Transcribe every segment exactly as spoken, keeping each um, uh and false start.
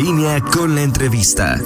línea con la entrevista.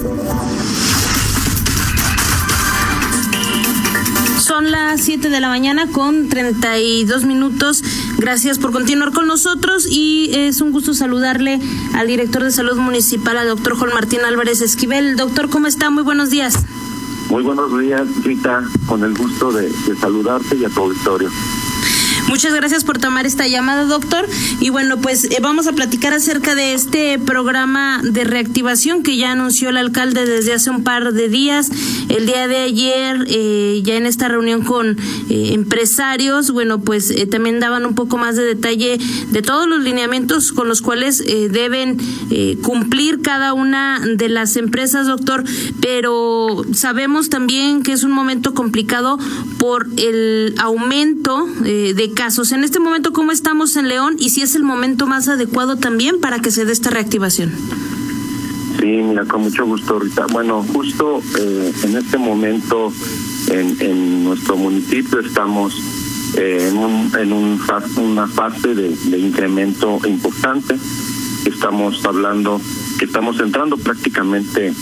Son las siete de la mañana con treinta y dos minutos. Gracias por continuar con nosotros y es un gusto saludarle al director de Salud Municipal, al doctor Juan Martín Álvarez Esquivel. Doctor, ¿cómo está? Muy buenos días. Muy buenos días, Rita, con el gusto de, de saludarte y a tu auditorio. Muchas gracias por tomar esta llamada, doctor. Y bueno, pues eh, vamos a platicar acerca de este programa de reactivación que ya anunció el alcalde desde hace un par de días. El día de ayer, eh, ya en esta reunión con eh, empresarios, bueno, pues eh, también daban un poco más de detalle de todos los lineamientos con los cuales eh, deben eh, cumplir cada una de las empresas, doctor. Pero sabemos también que es un momento complicado por el aumento eh, de casos. En este momento, ¿cómo estamos en León? Y si es el momento más adecuado también para que se dé esta reactivación. Sí, mira, con mucho gusto, Rita. Bueno, justo eh, en este momento en, en nuestro municipio estamos eh, en, un, en un fase, una fase de, de incremento importante. Estamos hablando que estamos entrando prácticamente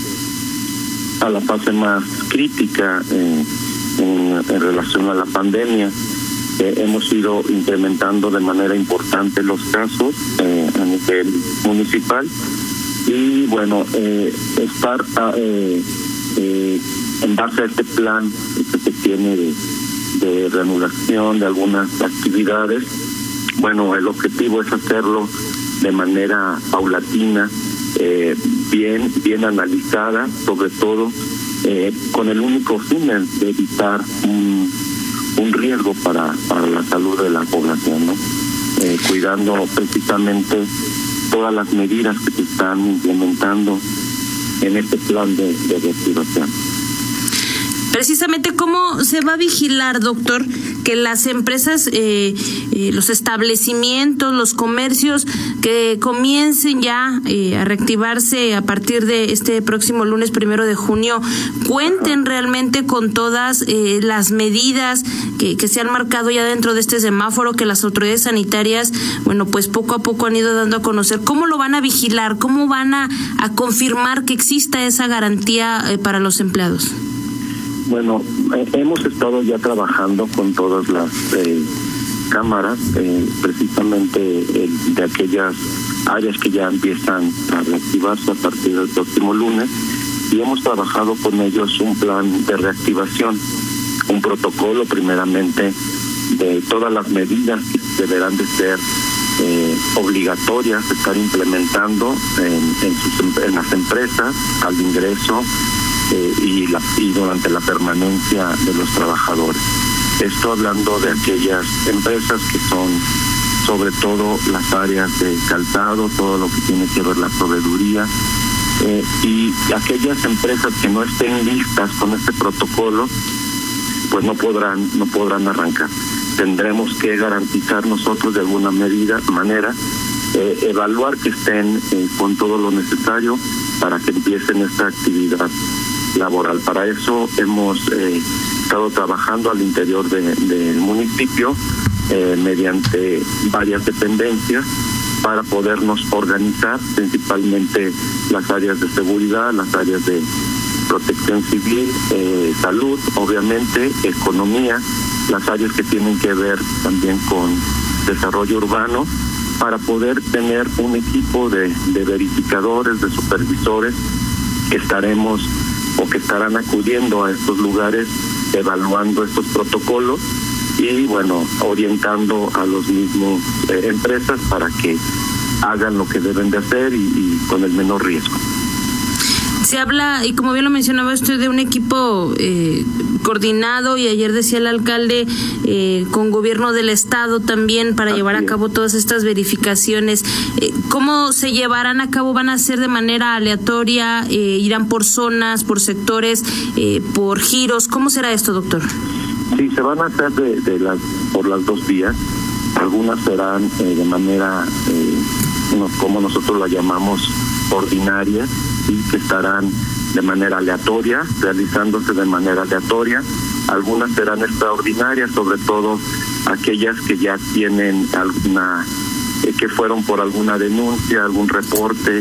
a la fase más crítica eh, en, en relación a la pandemia. Eh, hemos ido incrementando de manera importante los casos eh, a nivel municipal y bueno, eh, estar eh, eh, en base a este plan que se tiene de, de reanudación de algunas actividades. Bueno, el objetivo es hacerlo de manera paulatina, eh, bien, bien analizada, sobre todo eh, con el único fin de evitar un un riesgo para, para la salud de la población, ¿no? Eh, cuidando precisamente todas las medidas que se están implementando en este plan de, de reactivación. Precisamente, ¿cómo se va a vigilar, doctor, que las empresas, eh, eh, los establecimientos, los comercios que comiencen ya eh, a reactivarse a partir de este próximo lunes primero de junio, cuenten realmente con todas eh, las medidas que, que se han marcado ya dentro de este semáforo, que las autoridades sanitarias, bueno, pues poco a poco han ido dando a conocer? ¿Cómo lo van a vigilar? ¿Cómo van a, a confirmar que exista esa garantía eh, para los empleados? Bueno, eh, hemos estado ya trabajando con todas las eh, cámaras, eh, precisamente eh, de aquellas áreas que ya empiezan a reactivarse a partir del próximo lunes, y hemos trabajado con ellos un plan de reactivación, un protocolo primeramente de todas las medidas que deberán de ser eh, obligatorias, estar implementando en, en, sus, en las empresas al ingreso Eh, y, la, y durante la permanencia de los trabajadores. Esto hablando de aquellas empresas que son sobre todo las áreas de calzado, todo lo que tiene que ver la proveeduría, eh, y aquellas empresas que no estén listas con este protocolo, pues no podrán, no podrán arrancar. Tendremos que garantizar nosotros de alguna medida, manera, eh, evaluar que estén eh, con todo lo necesario para que empiecen esta actividad laboral. Para eso hemos eh, estado trabajando al interior de, del municipio eh, mediante varias dependencias para podernos organizar, principalmente las áreas de seguridad, las áreas de protección civil, eh, salud, obviamente, economía, las áreas que tienen que ver también con desarrollo urbano, para poder tener un equipo de, de verificadores, de supervisores que estaremos o que estarán acudiendo a estos lugares, evaluando estos protocolos y, bueno, orientando a los mismos eh, empresas para que hagan lo que deben de hacer y, y con el menor riesgo. Se habla, y como bien lo mencionaba usted, de un equipo eh, coordinado, y ayer decía el alcalde, eh, con gobierno del estado también, para Así llevar a cabo todas estas verificaciones. Eh, ¿Cómo se llevarán a cabo? ¿Van a ser de manera aleatoria? Eh, ¿Irán por zonas, por sectores, eh, por giros? ¿Cómo será esto, doctor? Sí, se van a hacer de, de las, por las dos vías. Algunas serán eh, de manera, eh, como nosotros la llamamos, ordinaria, y que estarán de manera aleatoria, realizándose de manera aleatoria. Algunas serán extraordinarias, sobre todo aquellas que ya tienen alguna, eh, que fueron por alguna denuncia, algún reporte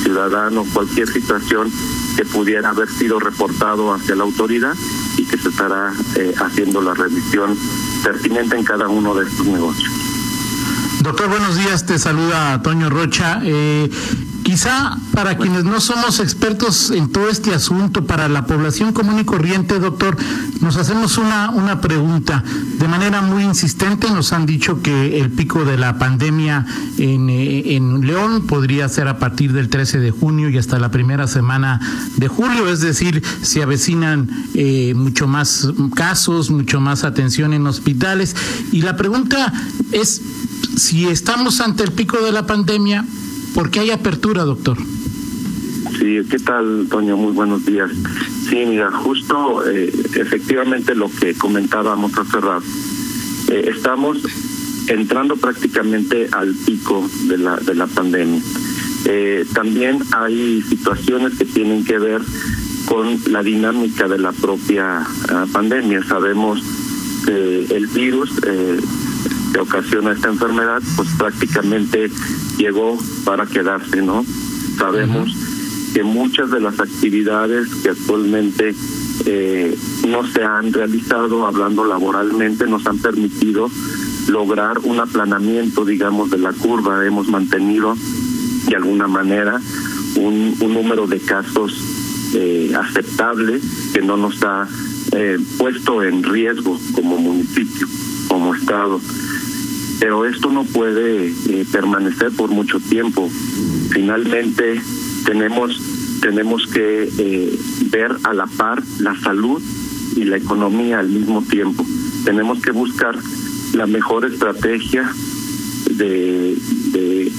ciudadano, cualquier situación que pudiera haber sido reportado hacia la autoridad y que se estará eh, haciendo la revisión pertinente en cada uno de estos negocios. Doctor, buenos días, te saluda Toño Rocha. Eh, quizá para quienes no somos expertos en todo este asunto, para la población común y corriente, doctor, nos hacemos una, una pregunta. De manera muy insistente nos han dicho que el pico de la pandemia en, en León podría ser a partir del trece de junio y hasta la primera semana de julio, es decir, se avecinan eh, mucho más casos, mucho más atención en hospitales. Y la pregunta es, si estamos ante el pico de la pandemia, ¿por qué hay apertura, doctor? Sí, ¿qué tal, Toño? Muy buenos días. Sí, mira, justo eh, efectivamente lo que comentábamos hace rato. Eh, estamos entrando prácticamente al pico de la de la pandemia. Eh, también hay situaciones que tienen que ver con la dinámica de la propia uh, pandemia. Sabemos que el virus eh, que ocasiona esta enfermedad, pues prácticamente llegó para quedarse, ¿no? Sabemos uh-huh. que muchas de las actividades que actualmente eh, no se han realizado, hablando laboralmente, nos han permitido lograr un aplanamiento, digamos, de la curva. Hemos mantenido de alguna manera un, un número de casos eh, aceptable que no nos ha eh, puesto en riesgo como municipio, como estado. Pero esto no puede eh, permanecer por mucho tiempo. Finalmente tenemos tenemos que eh, ver a la par la salud y la economía al mismo tiempo. Tenemos que buscar la mejor estrategia de de,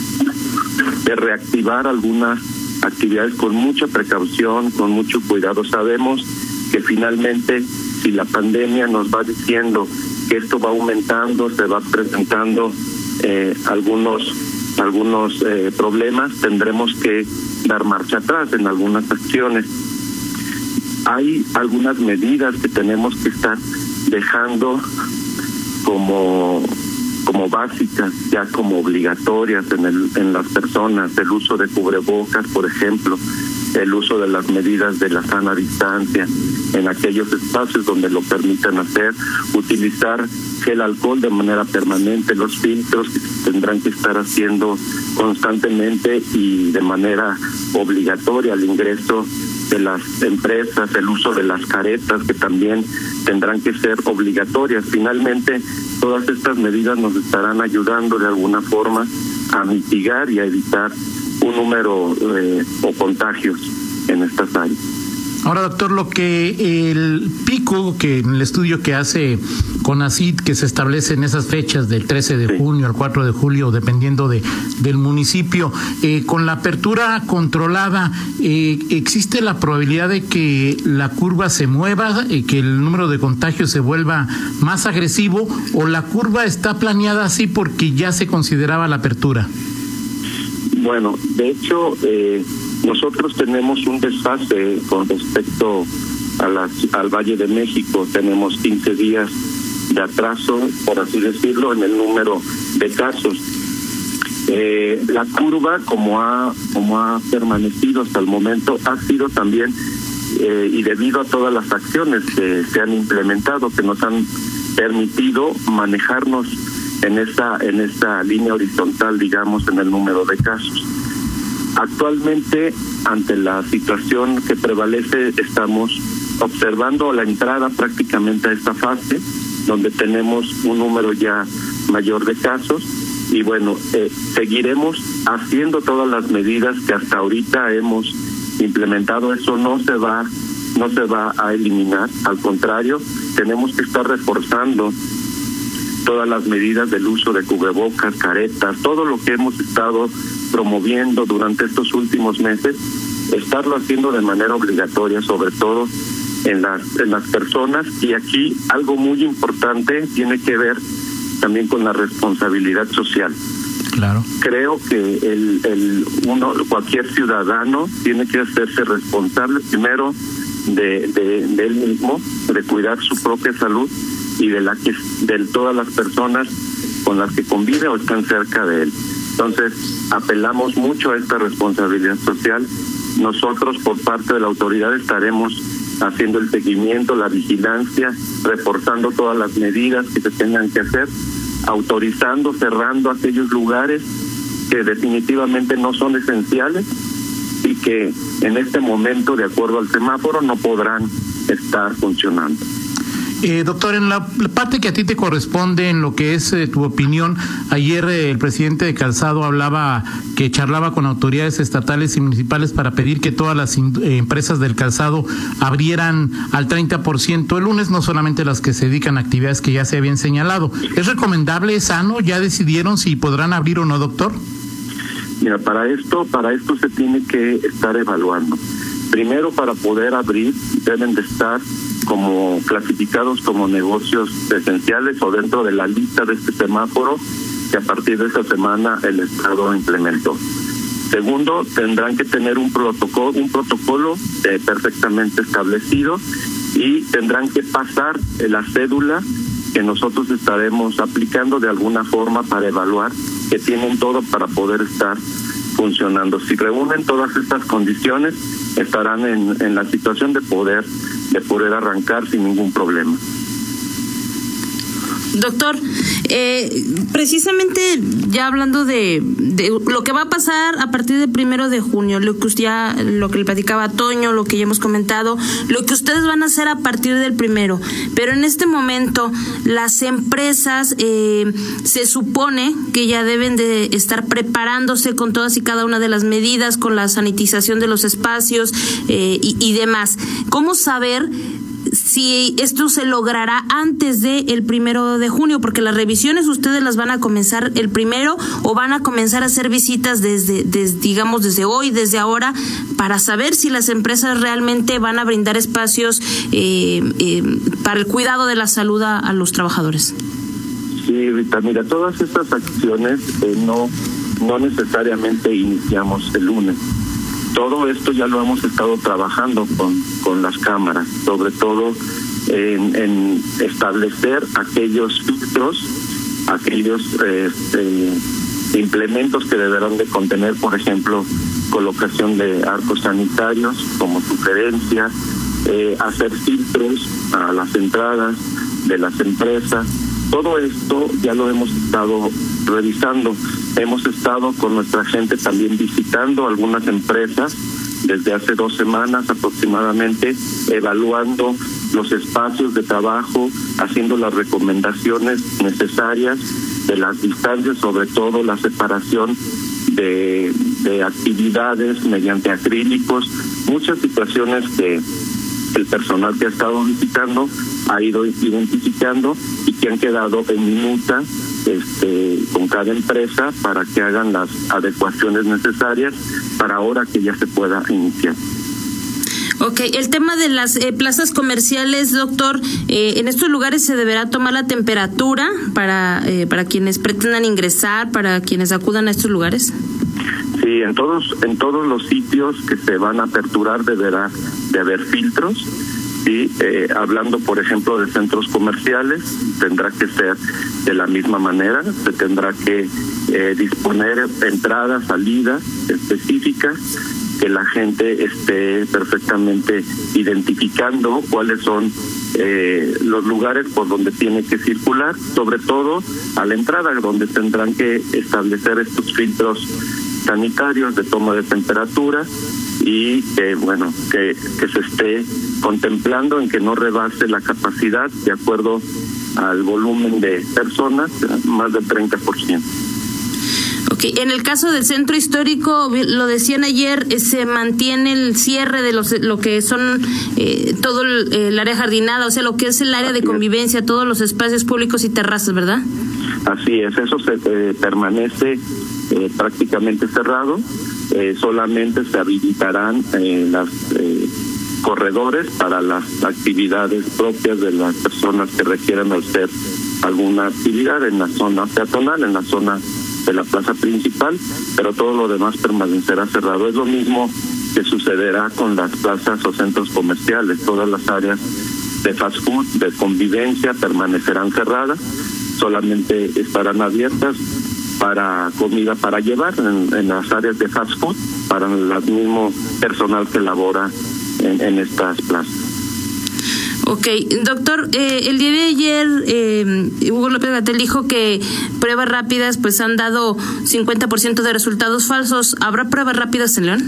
de reactivar algunas actividades con mucha precaución, con mucho cuidado. Sabemos que finalmente, si la pandemia nos va diciendo que esto va aumentando, se va presentando eh, algunos algunos eh, problemas, tendremos que dar marcha atrás en algunas acciones. Hay algunas medidas que tenemos que estar dejando como como básicas, ya como obligatorias en el en las personas: el uso de cubrebocas, por ejemplo, el uso de las medidas de la sana distancia en aquellos espacios donde lo permitan hacer, utilizar gel alcohol de manera permanente, los filtros que tendrán que estar haciendo constantemente y de manera obligatoria al ingreso de las empresas, el uso de las caretas que también tendrán que ser obligatorias. Finalmente, todas estas medidas nos estarán ayudando de alguna forma a mitigar y a evitar un número eh, o contagios en estas áreas. Ahora, doctor, lo que el pico que en el estudio que hace CONACYT, que se establece en esas fechas del trece de junio al cuatro de julio, dependiendo de del municipio, eh, con la apertura controlada, eh, ¿existe la probabilidad de que la curva se mueva, eh, que el número de contagios se vuelva más agresivo, o la curva está planeada así porque ya se consideraba la apertura? Bueno, de hecho, eh, nosotros tenemos un desfase con respecto a las, al Valle de México. Tenemos quince días de atraso, por así decirlo, en el número de casos. Eh, la curva, como ha como ha permanecido hasta el momento, ha sido también, eh, y debido a todas las acciones que se han implementado, que nos han permitido manejarnos en esta en esta línea horizontal, digamos, en el número de casos. Actualmente, ante la situación que prevalece, estamos observando la entrada prácticamente a esta fase, donde tenemos un número ya mayor de casos, y bueno, eh, seguiremos haciendo todas las medidas que hasta ahorita hemos implementado. Eso no se va no se va a eliminar, al contrario, tenemos que estar reforzando todas las medidas del uso de cubrebocas, caretas, todo lo que hemos estado promoviendo durante estos últimos meses, estarlo haciendo de manera obligatoria, sobre todo en las en las personas. Y aquí algo muy importante tiene que ver también con la responsabilidad social. Claro. Creo que el el uno cualquier ciudadano tiene que hacerse responsable primero de de, de él mismo, de cuidar su propia salud y de la que de todas las personas con las que convive o están cerca de él. Entonces, apelamos mucho a esta responsabilidad social. Nosotros, por parte de la autoridad, estaremos haciendo el seguimiento, la vigilancia, reforzando todas las medidas que se tengan que hacer, autorizando, cerrando aquellos lugares que definitivamente no son esenciales y que en este momento, de acuerdo al semáforo, no podrán estar funcionando. Eh, doctor, en la, la parte que a ti te corresponde, en lo que es eh, tu opinión, ayer eh, el presidente de Calzado hablaba, que charlaba con autoridades estatales y municipales para pedir que todas las in, eh, empresas del calzado abrieran al treinta por ciento el lunes, no solamente las que se dedican a actividades que ya se habían señalado. ¿Es recomendable, es sano? ¿Ya decidieron si podrán abrir o no, doctor? Mira, para esto, para esto se tiene que estar evaluando. Primero, para poder abrir, deben de estar como clasificados como negocios esenciales o dentro de la lista de este semáforo que a partir de esta semana el Estado implementó. Segundo, tendrán que tener un protocolo, un protocolo eh, perfectamente establecido y tendrán que pasar eh, la cédula que nosotros estaremos aplicando de alguna forma para evaluar que tienen todo para poder estar funcionando. Si reúnen todas estas condiciones, estarán en, en la situación de poder de poder arrancar sin ningún problema. Doctor, eh, precisamente ya hablando de, de lo que va a pasar a partir del primero de junio, lo que usted ya, lo que le platicaba Toño, lo que ya hemos comentado, lo que ustedes van a hacer a partir del primero, pero en este momento las empresas eh, se supone que ya deben de estar preparándose con todas y cada una de las medidas, con la sanitización de los espacios eh, y, y demás. ¿Cómo saber si esto se logrará antes del primero de junio? Porque las revisiones ustedes las van a comenzar el primero o van a comenzar a hacer visitas desde, desde, digamos, desde hoy, desde ahora, para saber si las empresas realmente van a brindar espacios eh, eh, para el cuidado de la salud a, a los trabajadores. Sí, Rita, mira, todas estas acciones eh, no, no necesariamente iniciamos el lunes. Todo esto ya lo hemos estado trabajando con, con las cámaras, sobre todo en, en establecer aquellos filtros, aquellos eh, implementos que deberán de contener, por ejemplo, colocación de arcos sanitarios como sugerencia, eh, hacer filtros a las entradas de las empresas. Todo esto ya lo hemos estado revisando. Hemos estado con nuestra gente también visitando algunas empresas desde hace dos semanas aproximadamente, evaluando los espacios de trabajo, haciendo las recomendaciones necesarias de las distancias, sobre todo la separación de, de actividades mediante acrílicos, muchas situaciones que el personal que ha estado visitando ha ido identificando y que han quedado en minuta este, con cada empresa para que hagan las adecuaciones necesarias para ahora que ya se pueda iniciar. Ok, el tema de las eh, plazas comerciales, doctor, eh, en estos lugares se deberá tomar la temperatura para eh, para quienes pretendan ingresar, para quienes acudan a estos lugares. Sí, en todos en todos los sitios que se van a aperturar deberá de haber filtros. Sí, eh, hablando por ejemplo de centros comerciales, tendrá que ser de la misma manera, se tendrá que eh, disponer entrada, salida específica, que la gente esté perfectamente identificando cuáles son eh, los lugares por donde tiene que circular, sobre todo a la entrada, donde tendrán que establecer estos filtros sanitarios de toma de temperatura y eh, bueno, que, que se esté contemplando en que no rebase la capacidad de acuerdo al volumen de personas, más del treinta por ciento. Okay. En el caso del centro histórico, lo decían ayer, eh, se mantiene el cierre de los, lo que son eh, todo el, el área jardinada, o sea, lo que es el área de convivencia, todos los espacios públicos y terrazas, ¿verdad? Así es, eso se eh, permanece eh, prácticamente cerrado, eh, solamente se habilitarán eh, las eh, corredores para las actividades propias de las personas que requieran hacer alguna actividad en la zona peatonal, en la zona de la plaza principal, pero todo lo demás permanecerá cerrado. Es lo mismo que sucederá con las plazas o centros comerciales. Todas las áreas de fast food, de convivencia, permanecerán cerradas, solamente estarán abiertas para comida para llevar en, en las áreas de fast food para el mismo personal que labora en, en estas plazas. Ok, doctor, eh, el día de ayer eh, Hugo López-Gatell dijo que pruebas rápidas pues han dado cincuenta por ciento de resultados falsos. ¿Habrá pruebas rápidas en León?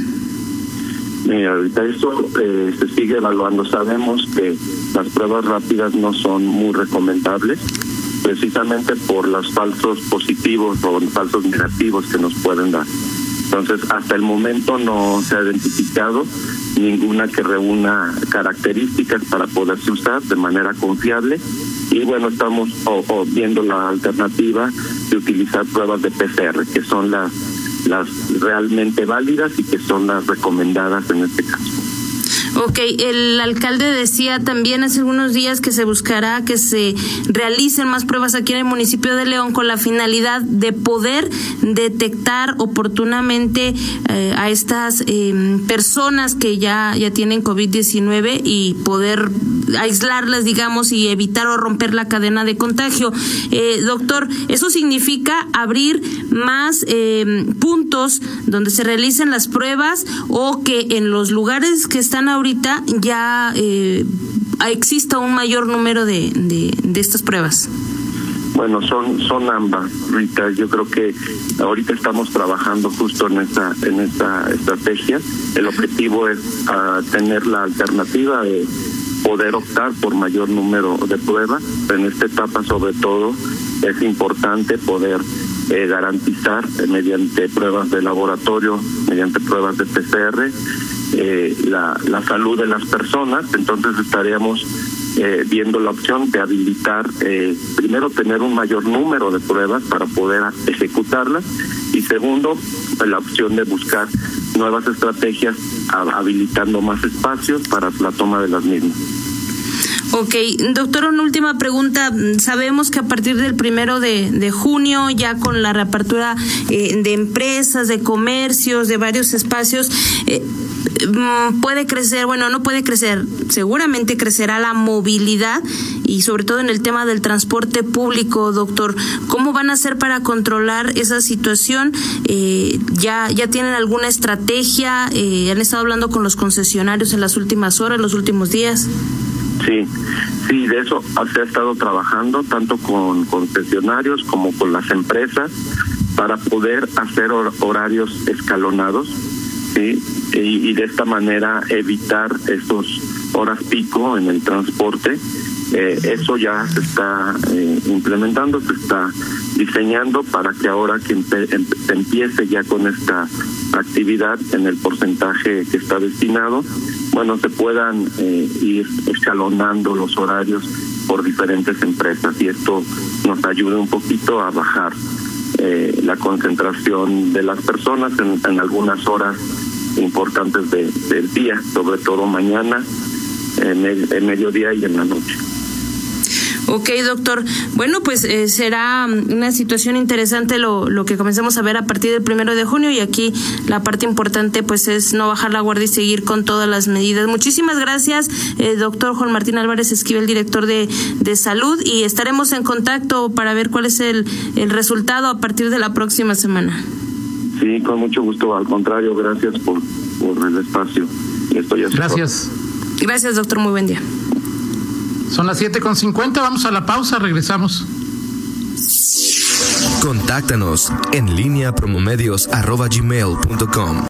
Mira, ahorita eso eh, se sigue evaluando. Sabemos que las pruebas rápidas no son muy recomendables, precisamente por los falsos positivos o falsos negativos que nos pueden dar. Entonces, hasta el momento no se ha identificado ninguna que reúna características para poderse usar de manera confiable. Y bueno, estamos o, o viendo la alternativa de utilizar pruebas de P C R, que son las, las realmente válidas y que son las recomendadas en este caso. Ok, el alcalde decía también hace algunos días que se buscará que se realicen más pruebas aquí en el municipio de León con la finalidad de poder detectar oportunamente eh, a estas eh, personas que ya, ya tienen COVID diecinueve y poder aislarlas, digamos, y evitar o romper la cadena de contagio. Eh, doctor, ¿eso significa abrir más eh, puntos donde se realicen las pruebas o que en los lugares que están ahorita ya eh, exista un mayor número de, de, de estas pruebas? Bueno, son son ambas, Rita. Yo creo que ahorita estamos trabajando justo en esta en esta estrategia. El objetivo es uh, tener la alternativa de poder optar por mayor número de pruebas. En esta etapa, sobre todo, es importante poder eh, garantizar eh, mediante pruebas de laboratorio, mediante pruebas de P C R, eh, la, la salud de las personas. Entonces estaríamos eh, viendo la opción de habilitar, eh, primero tener un mayor número de pruebas para poder ejecutarlas, y segundo, la opción de buscar nuevas estrategias habilitando más espacios para la toma de las mismas. Ok, doctor, una última pregunta. Sabemos que a partir del primero de, de junio, ya con la reapertura eh, de empresas, de comercios, de varios espacios, eh, puede crecer, bueno, no puede crecer, seguramente crecerá la movilidad y sobre todo en el tema del transporte público, doctor. ¿Cómo van a hacer para controlar esa situación? Eh, ¿ya, ya tienen alguna estrategia? Eh, ¿Han estado hablando con los concesionarios en las últimas horas, los últimos días? Sí, sí, de eso se ha estado trabajando tanto con concesionarios como con las empresas para poder hacer hor- horarios escalonados, ¿sí? Y, y de esta manera evitar estos horas pico en el transporte. Eh, eso ya se está eh, implementando, se está diseñando para que ahora que empe- em- se empiece ya con esta actividad en el porcentaje que está destinado, bueno, se puedan eh, ir escalonando los horarios por diferentes empresas, y esto nos ayuda un poquito a bajar eh, la concentración de las personas en, en algunas horas importantes de, del día, sobre todo mañana, en el en mediodía y en la noche. Ok, doctor. Bueno, pues eh, será una situación interesante lo, lo que comencemos a ver a partir del primero de junio, y aquí la parte importante pues es no bajar la guardia y seguir con todas las medidas. Muchísimas gracias, eh, doctor Juan Martín Álvarez Esquivel, director de, de salud, y estaremos en contacto para ver cuál es el, el resultado a partir de la próxima semana. Sí, con mucho gusto. Al contrario, gracias por, por el espacio. Estoy a su Gracias. favor. Gracias, doctor. Muy buen día. Son las siete con cincuenta, vamos a la pausa, regresamos. Contáctanos en línea promomedios arroba gmail punto com.